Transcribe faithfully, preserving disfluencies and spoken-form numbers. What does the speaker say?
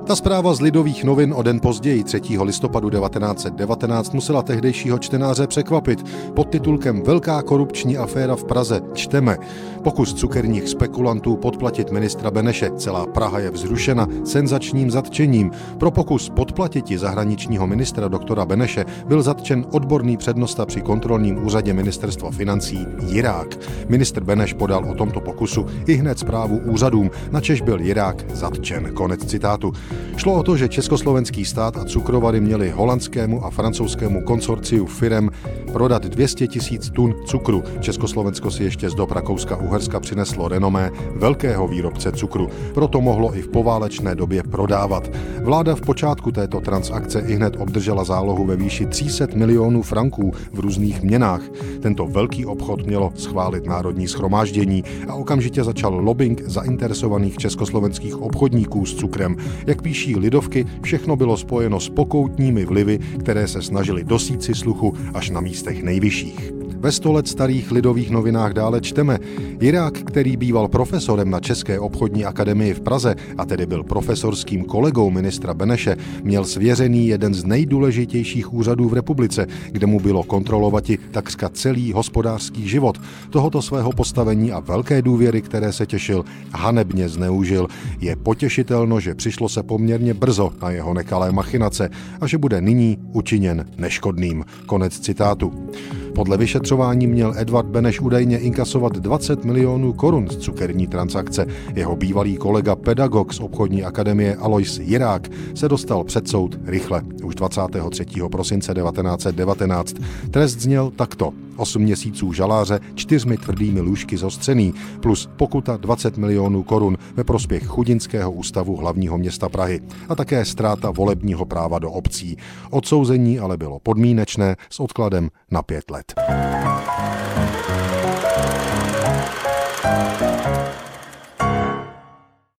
Ta zpráva z Lidových novin o den později, třetího listopadu devatenáct set devatenáct, musela tehdejšího čtenáře překvapit. Pod titulkem Velká korupční aféra v Praze čteme: pokus cukerních spekulantů podplatit ministra Beneše. Celá Praha je vzrušena senzačním zatčením. Pro pokus podplatiti zahraničního ministra doktora Beneše byl zatčen odborný přednosta při kontrolním úřadě ministerstva financí Jirák. Ministr Beneš podal o tomto pokusu ihned zprávu úřadům, načež byl Jirák zatčen. Konec citátu. Šlo o to, že československý stát a cukrovary měli holandskému a francouzskému konsorciu firem prodat dvě stě tisíc tun cukru. Československo si ještě z dob Rakouska-Uherska přineslo renomé velkého výrobce cukru, proto mohlo i v poválečné době prodávat. Vláda v počátku této transakce ihned obdržela zálohu ve výši tři sta milionů franků v různých měnách. Tento velký obchod mělo schválit Národní shromáždění a okamžitě začal lobbying zainteresovaných československých obchodníků s cukrem. Jak píší Lidovky, všechno bylo spojeno s pokoutními vlivy, které se snažili dosít si sluchu až na místech nejvyšších. Ve sto let starých Lidových novinách dále čteme: Jirák, který býval profesorem na České obchodní akademii v Praze a tedy byl profesorským kolegou ministra Beneše, měl svěřený jeden z nejdůležitějších úřadů v republice, kde mu bylo kontrolovati takřka celý hospodářský život. Tohoto svého postavení a velké důvěry, které se těšil, hanebně zneužil. Je potěšitelno, že přišlo se poměrně brzo na jeho nekalé machinace a že bude nyní učiněn neškodným. Konec citátu. Podle vyšetřování měl Edvard Beneš údajně inkasovat dvacet milionů korun z cukerní transakce. Jeho bývalý kolega pedagog z obchodní akademie Alois Jirák se dostal před soud rychle, už dvacátého třetího prosince devatenáct set devatenáct. Trest zněl takto: osm měsíců žaláře čtyřmi tvrdými lůžky zostřený plus pokuta dvacet milionů korun ve prospěch Chudinského ústavu hlavního města Prahy a také ztráta volebního práva do obcí. Odsouzení ale bylo podmínečné s odkladem na pět let.